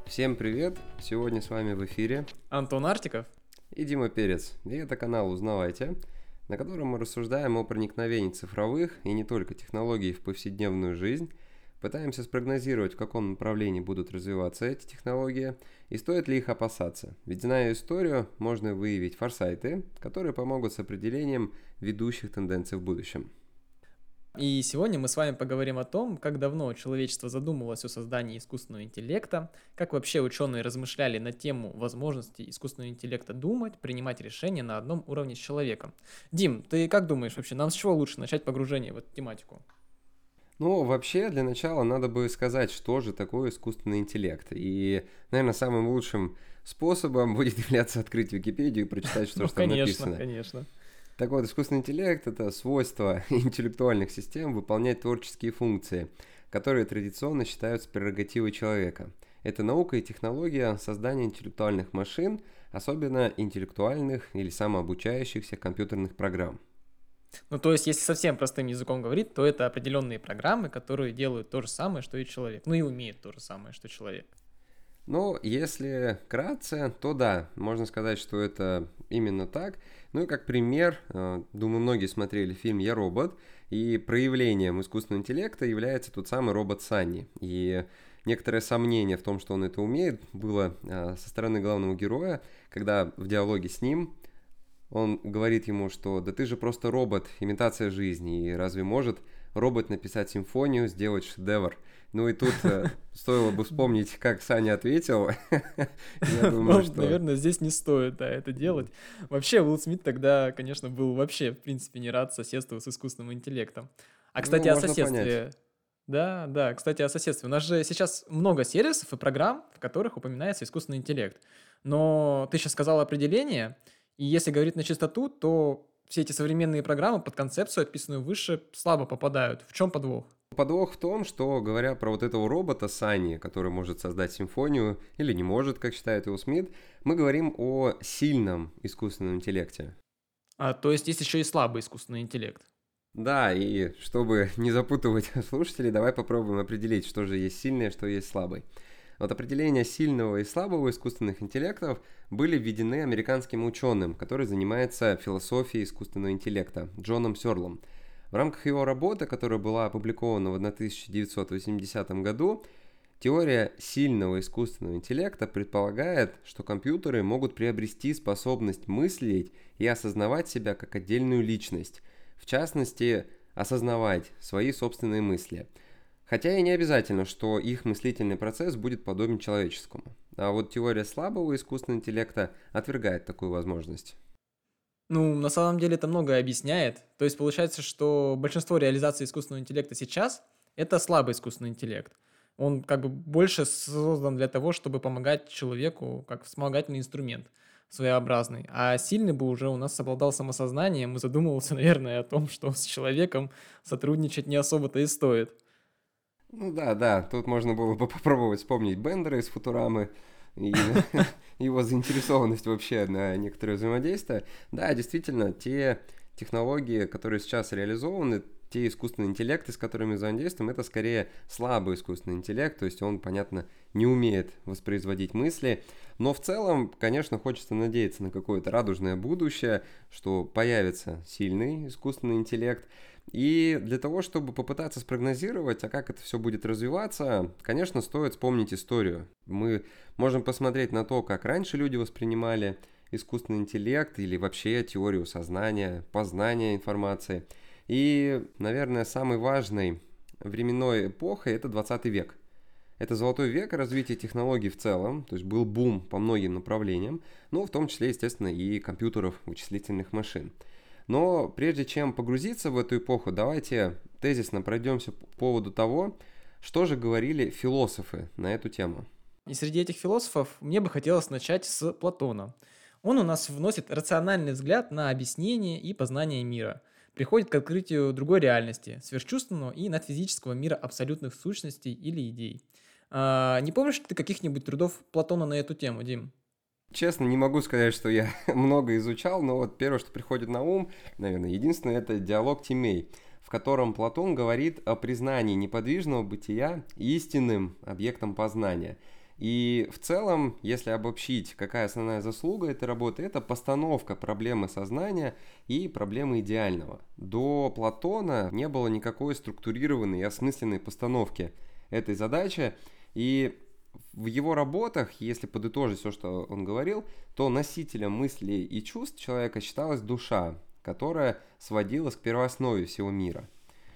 Всем привет! Сегодня с вами в эфире Антон Артиков. и Дима Перец. И это канал «Узнавайте», на котором мы рассуждаем о проникновении цифровых и не только технологий в повседневную жизнь, пытаемся спрогнозировать, в каком направлении будут развиваться эти технологии и стоит ли их опасаться. Ведь, зная историю, можно выявить форсайты, которые помогут с определением ведущих тенденций в будущем. И сегодня мы с вами поговорим о том, как давно человечество задумывалось о создании искусственного интеллекта, как вообще ученые размышляли на тему возможности искусственного интеллекта думать, принимать решения на одном уровне с человеком. Дим, ты как думаешь вообще, нам с чего лучше начать погружение в эту тематику? Ну, вообще, для начала надо бы сказать, что же такое искусственный интеллект. И, наверное, самым лучшим способом будет являться открыть Википедию и прочитать, что Ну, же там конечно, написано. конечно. Так вот, искусственный интеллект – это свойство интеллектуальных систем выполнять творческие функции, которые традиционно считаются прерогативой человека. Это наука и технология создания интеллектуальных машин, особенно интеллектуальных или самообучающихся компьютерных программ. Ну, то есть, если совсем простым языком говорить, то это определенные программы, которые делают то же самое, что и человек. Ну и умеют то же самое, что человек. Но если вкратце, то да, можно сказать, что это именно так. Ну и как пример, думаю, многие смотрели фильм «Я робот», и проявлением искусственного интеллекта является тот самый робот Санни. И некоторое сомнение в том, что он это умеет, было со стороны главного героя, когда в диалоге с ним он говорит ему, что да ты же просто робот, имитация жизни, и разве может робот написать симфонию, сделать шедевр? Ну и тут стоило бы вспомнить, как Саня ответил. Я думаю, Ну, что... наверное, здесь не стоит, да, это делать. Вообще, Уилл Смит тогда, конечно, был вообще, в принципе, не рад соседству с искусственным интеллектом. А, Ну, кстати, о можно понять. соседстве. Да, да, кстати, о соседстве. У нас же сейчас много сервисов и программ, в которых упоминается искусственный интеллект. Но ты сейчас сказал определение, и если говорить на чистоту, то все эти современные программы под концепцию, описанную выше, слабо попадают. В чем подвох? Подвох в том, что, говоря про вот этого робота Сани, который может создать симфонию, или не может, как считает Уилл Смит, мы говорим о сильном искусственном интеллекте. То есть есть еще и слабый искусственный интеллект. Да, и чтобы не запутывать слушателей, давай попробуем определить, что же есть сильный, а что есть слабый. Вот определения сильного и слабого искусственных интеллектов были введены американским ученым, который занимается философией искусственного интеллекта, Джоном Сёрлом. В рамках его работы, которая была опубликована в 1980 году, теория сильного искусственного интеллекта предполагает, что компьютеры могут приобрести способность мыслить и осознавать себя как отдельную личность, в частности, осознавать свои собственные мысли. Хотя и не обязательно, что их мыслительный процесс будет подобен человеческому. А вот теория слабого искусственного интеллекта отвергает такую возможность. Ну, на самом деле это многое объясняет. То есть получается, что большинство реализаций искусственного интеллекта сейчас – это слабый искусственный интеллект. Он как бы больше создан для того, чтобы помогать человеку как вспомогательный инструмент своеобразный. А сильный бы уже у нас обладал самосознанием и задумывался, наверное, о том, что с человеком сотрудничать не особо-то и стоит. Ну да, да, тут можно было бы попробовать вспомнить Бендера из Футурамы и его заинтересованность вообще на некоторые взаимодействия. Да, действительно, те технологии, которые сейчас реализованы, те искусственные интеллекты, с которыми взаимодействуем, это скорее слабый искусственный интеллект, то есть он, понятно, не умеет воспроизводить мысли, но в целом, конечно, хочется надеяться на какое-то радужное будущее, что появится сильный искусственный интеллект. И для того, чтобы попытаться спрогнозировать, а как это все будет развиваться, конечно, стоит вспомнить историю. Мы можем посмотреть на то, как раньше люди воспринимали искусственный интеллект или вообще теорию сознания, познания информации. И, наверное, самой важной временной эпохой это 20 век. Это золотой век развития технологий в целом, то есть был бум по многим направлениям, но в том числе, естественно, и компьютеров, вычислительных машин. Но прежде чем погрузиться в эту эпоху, давайте тезисно пройдемся по поводу того, что же говорили философы на эту тему. И среди этих философов мне бы хотелось начать с Платона. Он у нас вносит рациональный взгляд на объяснение и познание мира, приходит к открытию другой реальности, сверхчувственного и надфизического мира абсолютных сущностей или идей. Не помнишь ты каких-нибудь трудов Платона на эту тему, Дим? Честно, не могу сказать, что я много изучал, но вот первое, что приходит на ум, наверное, единственное, это диалог Тимей, в котором Платон говорит о признании неподвижного бытия истинным объектом познания. И в целом, если обобщить, какая основная заслуга этой работы, это постановка проблемы сознания и проблемы идеального. До Платона не было никакой структурированной и осмысленной постановки этой задачи, и в его работах, если подытожить все, что он говорил, то носителем мыслей и чувств человека считалась душа, которая сводилась к первооснове всего мира.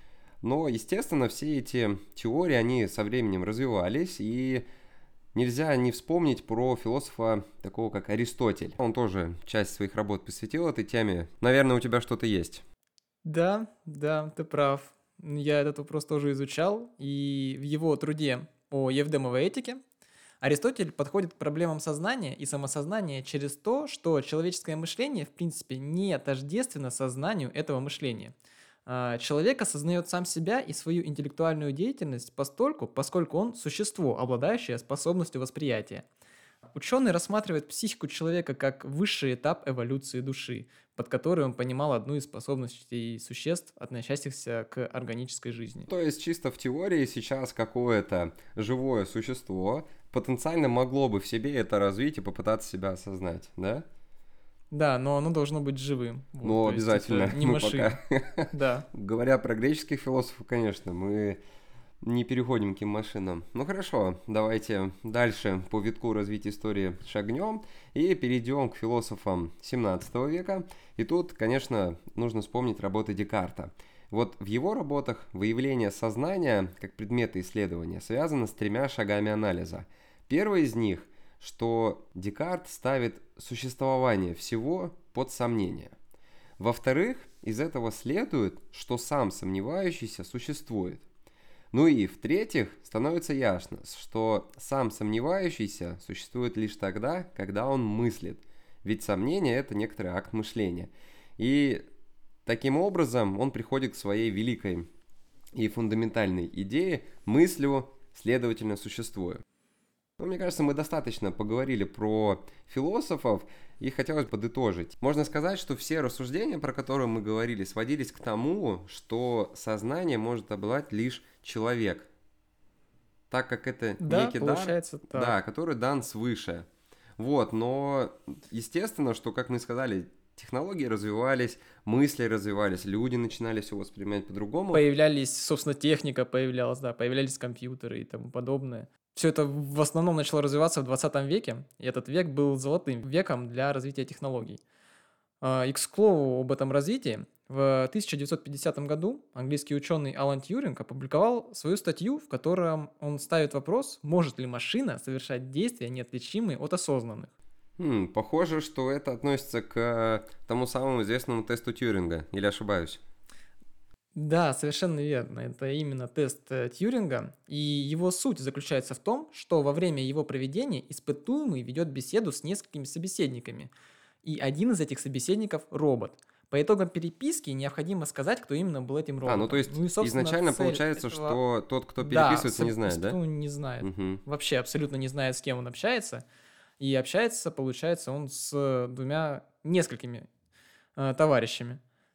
Но, естественно, все эти теории, они со временем развивались, и нельзя не вспомнить про философа такого, как Аристотель. Он тоже часть своих работ посвятил этой теме. Наверное, у тебя что-то есть. Да, да, ты прав. Я этот вопрос тоже изучал, и в его труде о Евдемовой этике Аристотель подходит к проблемам сознания и самосознания через то, что человеческое мышление, в принципе, не тождественно сознанию этого мышления. Человек осознает сам себя и свою интеллектуальную деятельность поскольку он существо, обладающее способностью восприятия. Ученый рассматривает психику человека как высший этап эволюции души, под которой он понимал одну из способностей существ, относящихся к органической жизни. То есть чисто в теории сейчас какое-то живое существо потенциально могло бы в себе это развить и попытаться себя осознать, да? Да, но оно должно быть живым. Ну, то есть обязательно. это не Мы машина. пока, Да. говоря про греческих философов, конечно, мы не переходим к каким машинам. Ну хорошо, давайте дальше по витку развития истории шагнем и перейдем к философам 17 века. И тут, конечно, нужно вспомнить работы Декарта. Вот в его работах выявление сознания как предмета исследования связано с тремя шагами анализа. Первый из них, что Декарт ставит существование всего под сомнение. Во-вторых, из этого следует, что сам сомневающийся существует. Ну и в-третьих, становится ясно, что сам сомневающийся существует лишь тогда, когда он мыслит. Ведь сомнение – это некоторый акт мышления. И таким образом он приходит к своей великой и фундаментальной идее «мыслю, следовательно, существую». Ну, мне кажется, мы достаточно поговорили про философов, и хотелось подытожить. Можно сказать, что все рассуждения, про которые мы говорили, сводились к тому, что сознание может обладать лишь человек, так как это Да, некий получается дар, так. да, который дан свыше. Вот, но естественно, что, как мы сказали, технологии развивались, мысли развивались, люди начинали все воспринимать по-другому. Появлялись, собственно, техника появлялась, да, появлялись компьютеры и тому подобное. Все это в основном начало развиваться в 20 веке, и этот век был золотым веком для развития технологий. И, к слову, об этом развитии, в 1950 году английский ученый Алан Тьюринг опубликовал свою статью, в котором он ставит вопрос, может ли машина совершать действия, неотличимые от осознанных. Похоже, что это относится к тому самому известному тесту Тьюринга, или ошибаюсь? Да, совершенно верно. Это именно тест Тьюринга. И его суть заключается в том, что во время его проведения испытуемый ведет беседу с несколькими собеседниками. И один из этих собеседников – робот. По итогам переписки необходимо сказать, кто именно был этим роботом. Ну то есть и, собственно, изначально цель получается, этого- что тот, кто Да, переписывается, не знает, да? испытуемый не знает. Мгм. Вообще абсолютно не знает, с кем он общается. И общается, получается, он с несколькими товарищами.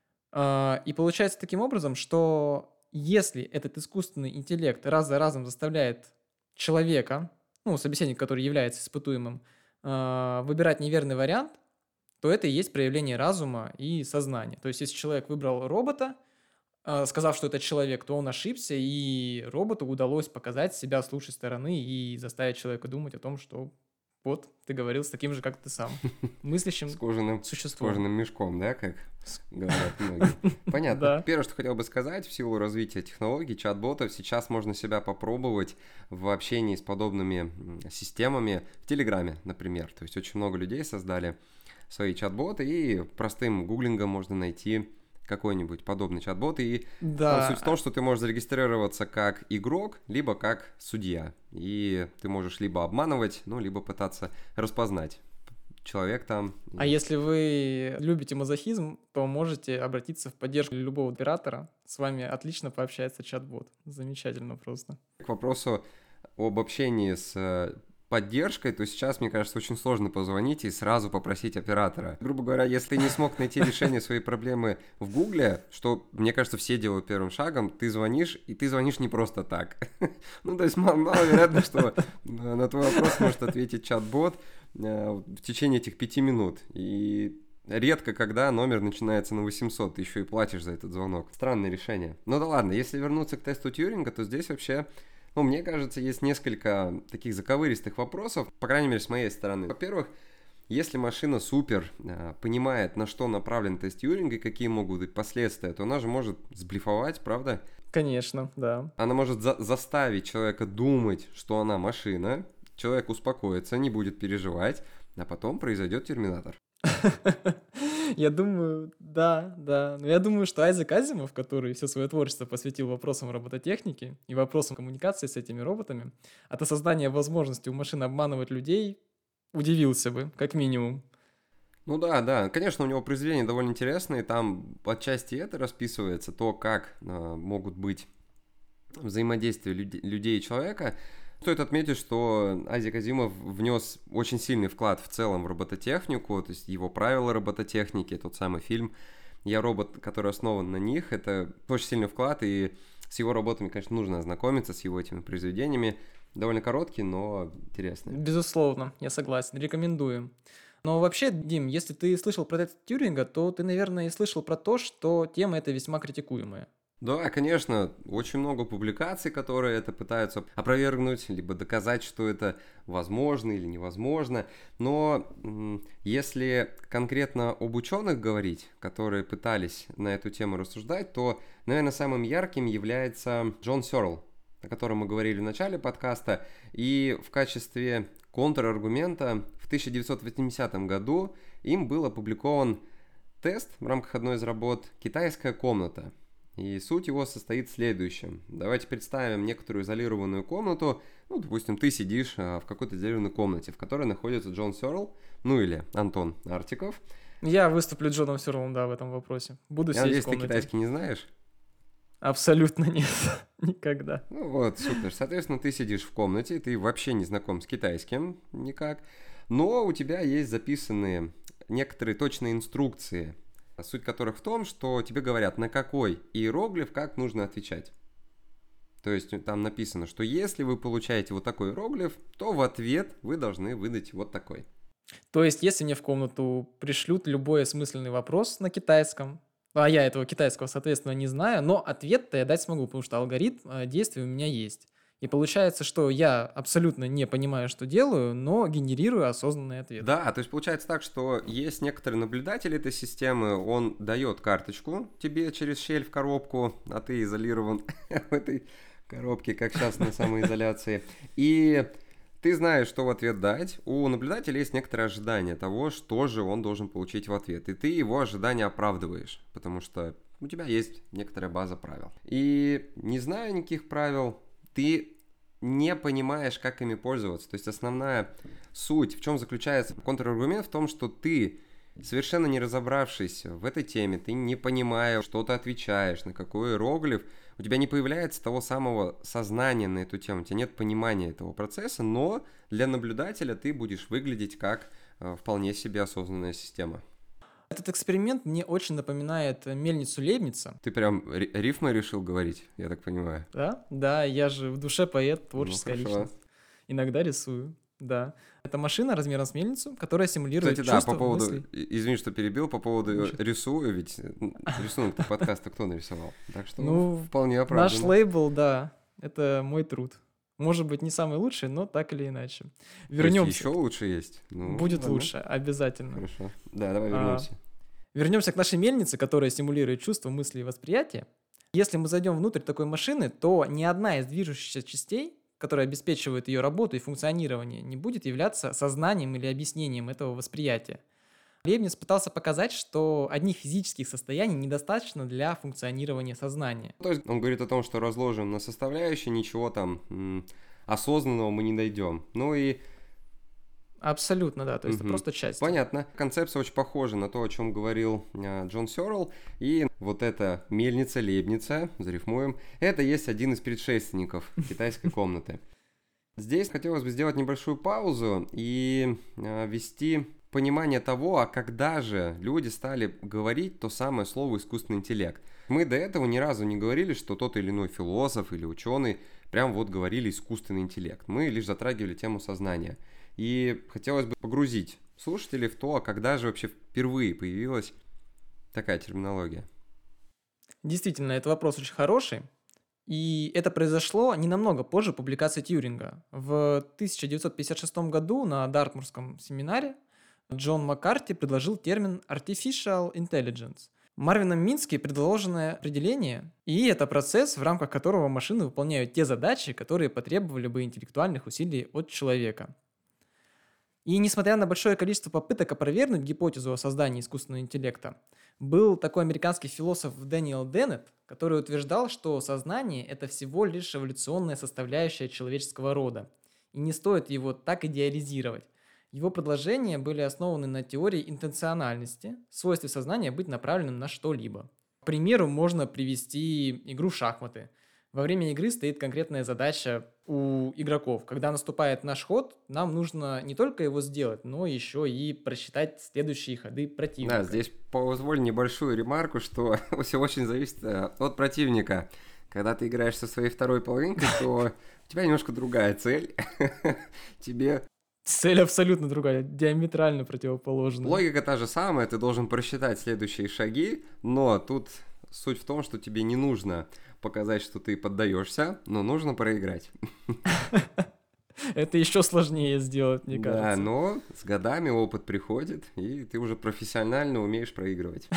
И получается таким образом, что если этот искусственный интеллект раз за разом заставляет человека, ну, собеседник, который является испытуемым, выбирать неверный вариант, то это и есть проявление разума и сознания. То есть, если человек выбрал робота, сказав, что это человек, то он ошибся, и роботу удалось показать себя с лучшей стороны и заставить человека думать о том, что вот, ты говорил с таким же, как ты сам, мыслящим С кожаным существом. мешком, да, как говорят многие. Понятно. Да. Первое, что хотел бы сказать, в силу развития технологий, чат-ботов, сейчас можно себя попробовать в общении с подобными системами в Телеграме, например. То есть очень много людей создали свои чат-боты, и простым гуглингом можно найти какой-нибудь подобный чат-бот. И там суть в том, что ты можешь зарегистрироваться как игрок, либо как судья. И ты можешь либо обманывать, ну, либо пытаться распознать. Человек там. А если вы любите мазохизм, то можете обратиться в поддержку любого оператора. С вами отлично пообщается чат-бот. Замечательно просто. К вопросу об общении с поддержкой, то сейчас, мне кажется, очень сложно позвонить и сразу попросить оператора. Грубо говоря, если ты не смог найти решение своей проблемы в Гугле, что, мне кажется, все делают первым шагом, ты звонишь, и ты звонишь не просто так. Ну, то есть маловероятно, что на твой вопрос может ответить чат-бот в течение этих 5 минут. И редко, когда номер начинается на 800, ты еще и платишь за этот звонок. Странное решение. Ну да ладно, если вернуться к тесту Тьюринга, то здесь вообще, ну, мне кажется, есть несколько таких заковыристых вопросов, по крайней мере, с моей стороны. Во-первых, если машина супер понимает, на что направлен тест Тьюринга и какие могут быть последствия, то она же может сблифовать, правда? Конечно, да. Она может заставить человека думать, что она машина, человек успокоится, не будет переживать, а потом произойдет терминатор. Я думаю, да. Но я думаю, что Айзек Азимов, который все свое творчество посвятил вопросам робототехники и вопросам коммуникации с этими роботами, от осознания возможности у машин обманывать людей удивился бы, как минимум. Ну да, конечно, у него произведения довольно интересные, там отчасти это расписывается, то, как могут быть взаимодействия людей и человека. Стоит отметить, что Айзек Азимов внес очень сильный вклад в целом в робототехнику, то есть его правила робототехники, тот самый фильм «Я робот», который основан на них, это очень сильный вклад, и с его работами, конечно, нужно ознакомиться, с его этими произведениями. Довольно короткий, но интересный. Безусловно, я согласен, рекомендую. Но вообще, Дим, если ты слышал про тест Тьюринга, то ты, наверное, и слышал про то, что тема эта весьма критикуемая. Да, конечно, очень много публикаций, которые это пытаются опровергнуть, либо доказать, что это возможно или невозможно. Но если конкретно об ученых говорить, которые пытались на эту тему рассуждать, то, наверное, самым ярким является Джон Сёрл, о котором мы говорили в начале подкаста. И в качестве контраргумента в 1980 году им был опубликован тест в рамках одной из работ «Китайская комната». И суть его состоит в следующем. Давайте представим некоторую изолированную комнату. Ну, допустим, ты сидишь в какой-то изолированной комнате, в которой находится Джон Сёрл, ну или Антон Артиков. Я выступлю Джоном Сёрлом, да, в этом вопросе. Буду Я сидеть надеюсь, в комнате. ты китайский не знаешь? Абсолютно нет. Никогда. Ну вот, супер. Соответственно, ты сидишь в комнате, ты вообще не знаком с китайским никак, но у тебя есть записанные некоторые точные инструкции, суть которых в том, что тебе говорят, на какой иероглиф как нужно отвечать. То есть там написано, что если вы получаете вот такой иероглиф, то в ответ вы должны выдать вот такой. То есть, если мне в комнату пришлют любой осмысленный вопрос на китайском, а я этого китайского, соответственно, не знаю, но ответ-то я дать смогу, потому что алгоритм действий у меня есть. И получается, что я абсолютно не понимаю, что делаю, но генерирую осознанный ответ. Да, то есть получается так, что есть некоторый наблюдатель этой системы, он дает карточку тебе через щель в коробку, а ты изолирован в этой коробке, как сейчас на самоизоляции. И ты знаешь, что в ответ дать. У наблюдателя есть некоторое ожидание того, что же он должен получить в ответ. И ты его ожидания оправдываешь, потому что у тебя есть некоторая база правил. И не зная никаких правил, ты не понимаешь, как ими пользоваться. То есть основная суть, в чем заключается контраргумент, в том, что ты, совершенно не разобравшись в этой теме, ты не понимая, что ты отвечаешь, на какой иероглиф, у тебя не появляется того самого сознания на эту тему, у тебя нет понимания этого процесса, но для наблюдателя ты будешь выглядеть как вполне себе осознанная система. Этот эксперимент мне очень напоминает мельницу Лейбница. Ты прям рифмой решил говорить, я так понимаю. Да? Да, я же в душе поэт, творческая хорошо. личность. Иногда рисую, да. Это машина размером с мельницу, которая симулирует Кстати, чувства, да, по поводу, мысли. извини, что перебил, по поводу рисую, ведь рисунок подкаста кто нарисовал? Так что вполне Наш оправданно. лейбл, да, это мой труд. Может быть, не самый лучший, но так или иначе. То есть Вернемся. еще лучше есть? Ну, Будет ладно. лучше, обязательно. Хорошо. Да, давай вернемся. Вернемся к нашей мельнице, которая симулирует чувства, мысли и восприятие. Если мы зайдем внутрь такой машины, то ни одна из движущихся частей, которая обеспечивает ее работу и функционирование, не будет являться сознанием или объяснением этого восприятия. Лейбниц пытался показать, что одних физических состояний недостаточно для функционирования сознания. То есть он говорит о том, что разложим на составляющие, ничего там осознанного мы не найдем. Ну и... Абсолютно, да, то есть это просто часть. Понятно. Концепция очень похожа на то, о чем говорил Джон Сёрл. И вот эта мельница, Лейбница, зарифмуем, это есть один из предшественников китайской комнаты. Здесь хотелось бы сделать небольшую паузу и ввести понимание того, а когда же люди стали говорить то самое слово искусственный интеллект. Мы до этого ни разу не говорили, что тот или иной философ или ученый прям вот говорили искусственный интеллект. Мы лишь затрагивали тему сознания. И хотелось бы погрузить слушателей в то, а когда же вообще впервые появилась такая терминология. Действительно, это вопрос очень хороший. И это произошло не намного позже публикации Тьюринга. В 1956 году на Дартмурском семинаре Джон Маккарти предложил термин Artificial Intelligence. Марвином Мински предложенное определение, и это процесс, в рамках которого машины выполняют те задачи, которые потребовали бы интеллектуальных усилий от человека. И несмотря на большое количество попыток опровергнуть гипотезу о создании искусственного интеллекта, был такой американский философ Дэниел Деннет, который утверждал, что сознание – это всего лишь эволюционная составляющая человеческого рода, и не стоит его так идеализировать. Его предложения были основаны на теории интенциональности, свойстве сознания быть направленным на что-либо. К примеру, можно привести игру в шахматы. Во время игры стоит конкретная задача у игроков. Когда наступает наш ход, нам нужно не только его сделать, но еще и просчитать следующие ходы противника. Да, здесь позволь небольшую ремарку, что все очень зависит от противника. Когда ты играешь со своей второй половинкой, то у тебя немножко другая цель. Тебе Цель абсолютно другая, диаметрально противоположная. логика та же самая, ты должен просчитать следующие шаги, но тут суть в том, что тебе не нужно показать, что ты поддаешься, но нужно проиграть. Это еще сложнее сделать, мне Да, кажется. но с годами опыт приходит, и ты уже профессионально умеешь проигрывать.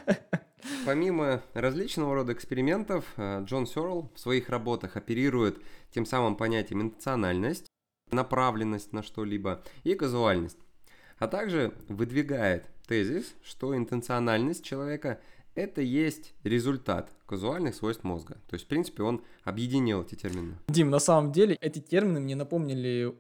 Помимо различного рода экспериментов, Джон Сёрл в своих работах оперирует тем самым понятием интенциональность, направленность на что-либо и казуальность, а также выдвигает тезис, что интенциональность человека – это есть результат казуальных свойств мозга. То есть, в принципе, он объединил эти термины. Дим, на самом деле эти термины мне напомнили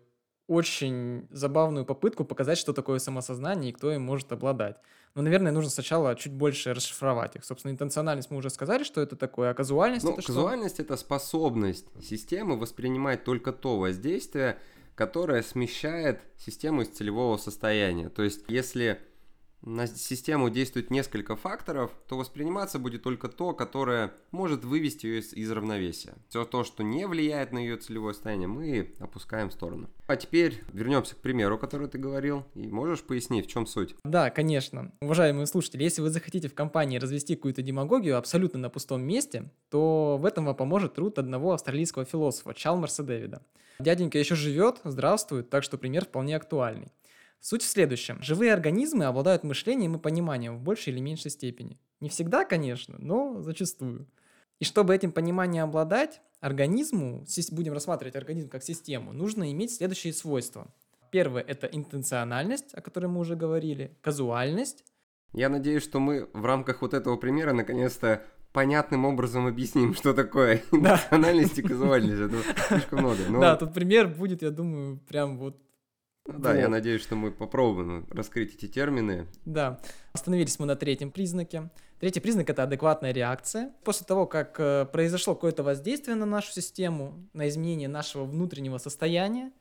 очень забавную попытку показать, что такое самосознание и кто им может обладать. Но, наверное, нужно сначала чуть больше расшифровать их. Собственно, интенциональность мы уже сказали, что это такое, а казуальность Ну, это что? казуальность – это способность системы воспринимать только то воздействие, которое смещает систему из целевого состояния. То есть, если на систему действует несколько факторов, то восприниматься будет только то, которое может вывести ее из равновесия. Все то, что не влияет на ее целевое состояние, мы опускаем в сторону. А теперь вернемся к примеру, который ты говорил, и можешь пояснить, в чем суть? Да, конечно. Уважаемые слушатели, если вы захотите в компании развести какую-то демагогию абсолютно на пустом месте, то в этом вам поможет труд одного австралийского философа Чалмерса Дэвида. Дяденька еще живет, здравствует, так что пример вполне актуальный. Суть в следующем. Живые организмы обладают мышлением и пониманием в большей или меньшей степени. Не всегда, конечно, но зачастую. И чтобы этим пониманием обладать, организму, будем рассматривать организм как систему, нужно иметь следующие свойства. Первое – это интенциональность, о которой мы уже говорили, казуальность. Я надеюсь, что мы в рамках вот этого примера наконец-то понятным образом объясним, что такое интенциональность и казуальность. Это слишком много. Да, тут пример будет, я думаю, прям вот. Да, я надеюсь, что мы попробуем раскрыть эти термины. Да, остановились мы на третьем признаке. Третий признак – это адекватная реакция. После того, как произошло какое-то воздействие на нашу систему, на изменение нашего внутреннего состояния,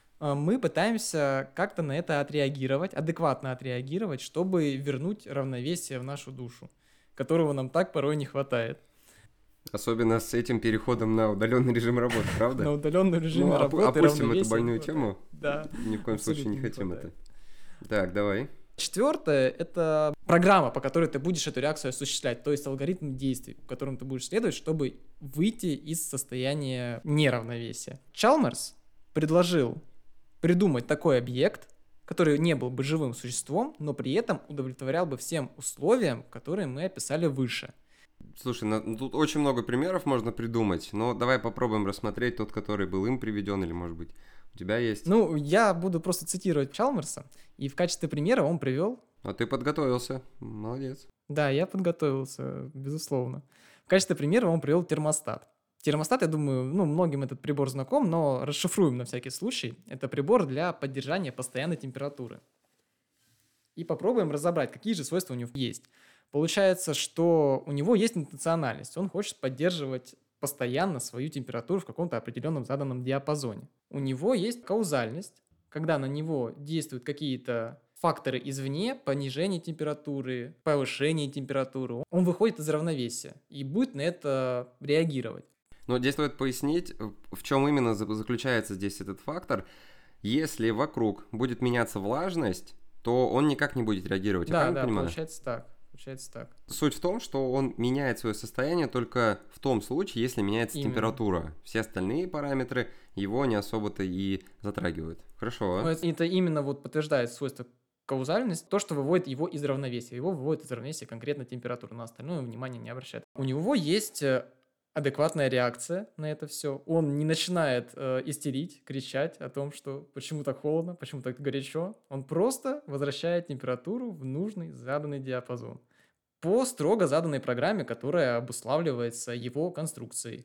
мы пытаемся как-то на это отреагировать, адекватно отреагировать, чтобы вернуть равновесие в нашу душу, которого нам так порой не хватает. Особенно с этим переходом на удаленный режим работы, правда? На удаленный режим работы. Опустим эту больную тему. Да. Ни в коем случае не хотим это. Так, давай. Четвертое – это программа, по которой ты будешь эту реакцию осуществлять, то есть алгоритм действий, которым ты будешь следовать, чтобы выйти из состояния неравновесия. Чалмерс предложил придумать такой объект, который не был бы живым существом, но при этом удовлетворял бы всем условиям, которые мы описали выше. Слушай, тут очень много примеров можно придумать, но давай попробуем рассмотреть тот, который был им приведен, или, может быть, у тебя есть. Ну, я буду просто цитировать Чалмерса, и в качестве примера он привел... А ты подготовился, молодец. Да, я подготовился, безусловно. В качестве примера он привел термостат. Термостат, я думаю, многим этот прибор знаком, но расшифруем на всякий случай. Это прибор для поддержания постоянной температуры. И попробуем разобрать, какие же свойства у него есть. Получается, что у него есть интенциональность. Он хочет поддерживать постоянно свою температуру в каком-то определенном заданном диапазоне. У него есть каузальность, когда на него действуют какие-то факторы извне, понижение температуры, повышение температуры. Он выходит из равновесия и будет на это реагировать. Но здесь стоит пояснить, в чем именно заключается здесь этот фактор. Если вокруг будет меняться влажность, то он никак не будет реагировать. Я правильно понимаю? Получается так. Получается так. Суть в том, что он меняет свое состояние только в том случае, если меняется температура. Все остальные параметры его не особо-то и затрагивают. Хорошо. Но это именно вот подтверждает свойство каузальность, то, что выводит его из равновесия. Его выводит из равновесия конкретно температура, на остальное внимание не обращает. У него есть адекватная реакция на это все. Он не начинает истерить, кричать о том, что почему так холодно, почему так горячо. Он просто возвращает температуру в нужный заданный диапазон по строго заданной программе, которая обуславливается его конструкцией.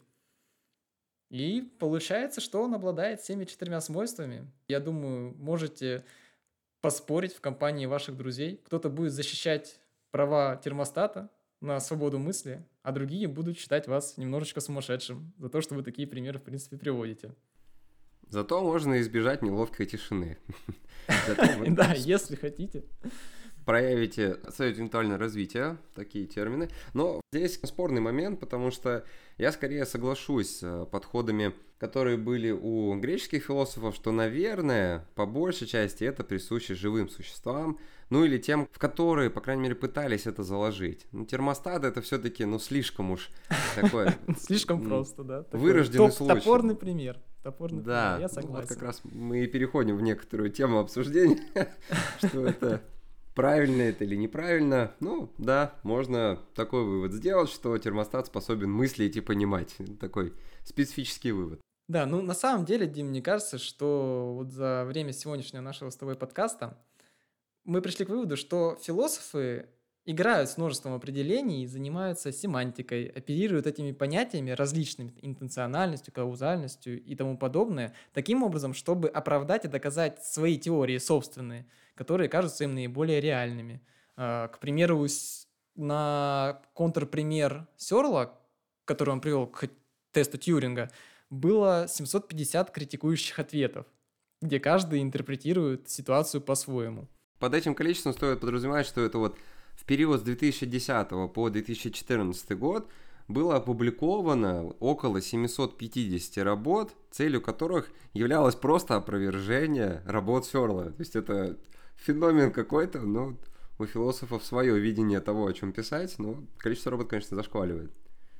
И получается, что он обладает всеми 4 свойствами. Я думаю, можете поспорить в компании ваших друзей. Кто-то будет защищать права термостата на свободу мысли, а другие будут считать вас немножечко сумасшедшим за то, что вы такие примеры, в принципе, приводите. Зато можно избежать неловкой тишины. Да, если хотите. Проявите свое интеллектуальное развитие, такие термины. Но здесь спорный момент, потому что я скорее соглашусь с подходами, которые были у греческих философов, что, наверное, по большей части это присуще живым существам, ну или тем, в которые, по крайней мере, пытались это заложить. Ну, термостат это все-таки, слишком уж такое... Слишком просто, да. Вырожденный случай. Топорный пример. Да, я согласен. Вот как раз мы и переходим в некоторую тему обсуждения, что это... Правильно это или неправильно? Ну, да, можно такой вывод сделать, что термостат способен мыслить и понимать. Такой специфический вывод. Да, на самом деле, Дим, мне кажется, что вот за время сегодняшнего нашего с тобой подкаста мы пришли к выводу, что философы играют с множеством определений, занимаются семантикой, оперируют этими понятиями различными, интенциональностью, каузальностью и тому подобное, таким образом, чтобы оправдать и доказать свои теории собственные, которые кажутся им наиболее реальными. К примеру, на контрпример Сёрла, который он привел к тесту Тьюринга, было 750 критикующих ответов, где каждый интерпретирует ситуацию по-своему. Под этим количеством стоит подразумевать, что это вот в период с 2010 по 2014 год было опубликовано около 750 работ, целью которых являлось просто опровержение работ Сёрла. То есть это феномен какой-то, но у философов свое видение того, о чем писать, но количество работ, конечно, зашкаливает.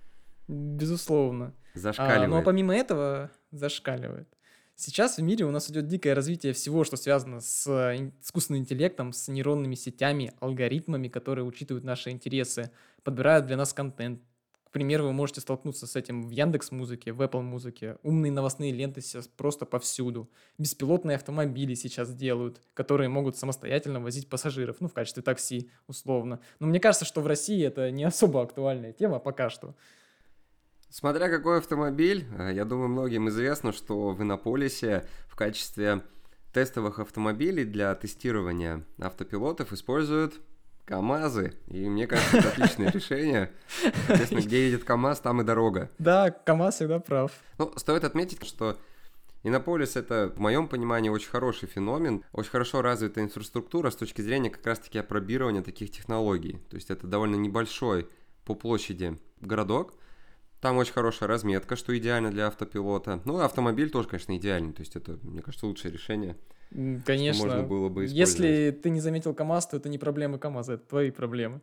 Безусловно. Зашкаливает. Но помимо этого зашкаливает. Сейчас в мире у нас идет дикое развитие всего, что связано с искусственным интеллектом, с нейронными сетями, алгоритмами, которые учитывают наши интересы, подбирают для нас контент. К примеру, вы можете столкнуться с этим в Яндекс.Музыке, в Apple Музыке. Умные новостные ленты сейчас просто повсюду. Беспилотные автомобили сейчас делают, которые могут самостоятельно возить пассажиров, в качестве такси, условно. Но мне кажется, что в России это не особо актуальная тема пока что. Смотря какой автомобиль, я думаю, многим известно, что в Иннополисе в качестве тестовых автомобилей для тестирования автопилотов используют КАМАЗы. И мне кажется, это отличное решение. Естественно, где едет КАМАЗ, там и дорога. Да, КАМАЗ всегда прав. Стоит отметить, что Иннополис — это, в моем понимании, очень хороший феномен, очень хорошо развитая инфраструктура с точки зрения как раз-таки опробирования таких технологий. То есть это довольно небольшой по площади городок. Там очень хорошая разметка, что идеально для автопилота. Ну, и автомобиль тоже, конечно, идеальный. То есть это, мне кажется, лучшее решение. Конечно. Что можно было бы использовать. Если ты не заметил КАМАЗ, то это не проблемы КАМАЗа, это твои проблемы.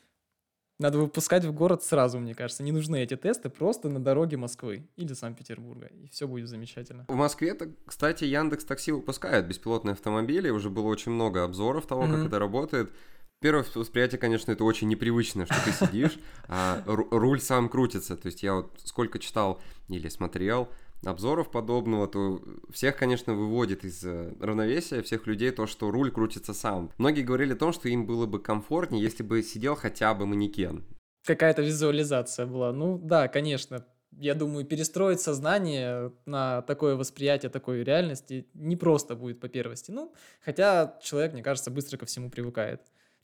Надо выпускать в город сразу, мне кажется. Не нужны эти тесты просто на дороге Москвы или Санкт-Петербурга. И все будет замечательно. В Москве-то, кстати, Яндекс.Такси выпускает беспилотные автомобили. Уже было очень много обзоров того, как это работает. Первое восприятие, конечно, это очень непривычно, что ты сидишь, а руль сам крутится. То есть я вот сколько читал или смотрел обзоров подобного, то всех, конечно, выводит из равновесия, всех людей то, что руль крутится сам. Многие говорили о том, что им было бы комфортнее, если бы сидел хотя бы манекен. Какая-то визуализация была. Да, конечно. Я думаю, перестроить сознание на такое восприятие такой реальности не просто будет по первости. Хотя человек, мне кажется, быстро ко всему привыкает.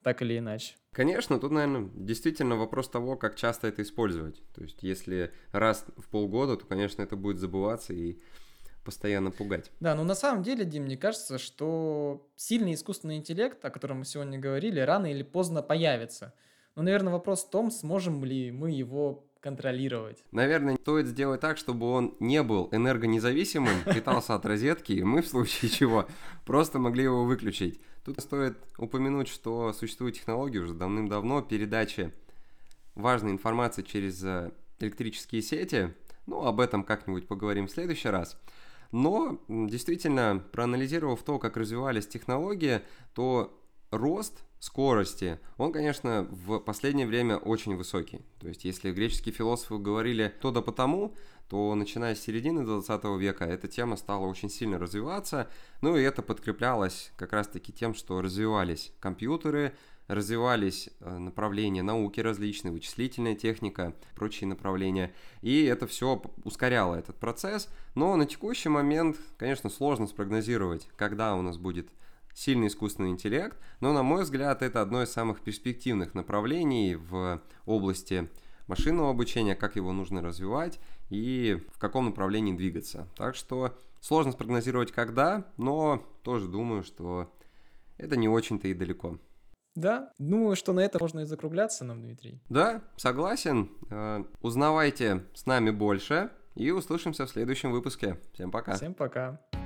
так или иначе. Конечно, тут, наверное, действительно вопрос того, как часто это использовать. То есть, если раз в полгода, то, конечно, это будет забываться и постоянно пугать. Да, но на самом деле, Дим, мне кажется, что сильный искусственный интеллект, о котором мы сегодня говорили, рано или поздно появится. Но, наверное, вопрос в том, сможем ли мы его контролировать. Наверное, стоит сделать так, чтобы он не был энергонезависимым, питался от розетки, и мы в случае чего просто могли его выключить. Тут стоит упомянуть, что существует технология уже давным-давно передачи важной информации через электрические сети. Ну, об этом как-нибудь поговорим в следующий раз. Но действительно, проанализировав то, как развивались технологии, то рост скорости, он, конечно, в последнее время очень высокий. То есть, если греческие философы говорили то да потому, то начиная с середины 20 века эта тема стала очень сильно развиваться. Ну и это подкреплялось как раз-таки тем, что развивались компьютеры, развивались направления науки различные, вычислительная техника, прочие направления. И это все ускоряло этот процесс. Но на текущий момент, конечно, сложно спрогнозировать, когда у нас будет сильный искусственный интеллект, но, на мой взгляд, это одно из самых перспективных направлений в области машинного обучения, как его нужно развивать и в каком направлении двигаться. Так что сложно спрогнозировать когда, но тоже думаю, что это не очень-то и далеко. Да, думаю, что на это можно и закругляться нам, Дмитрий. Да, согласен. Узнавайте с нами больше и услышимся в следующем выпуске. Всем пока. Всем пока.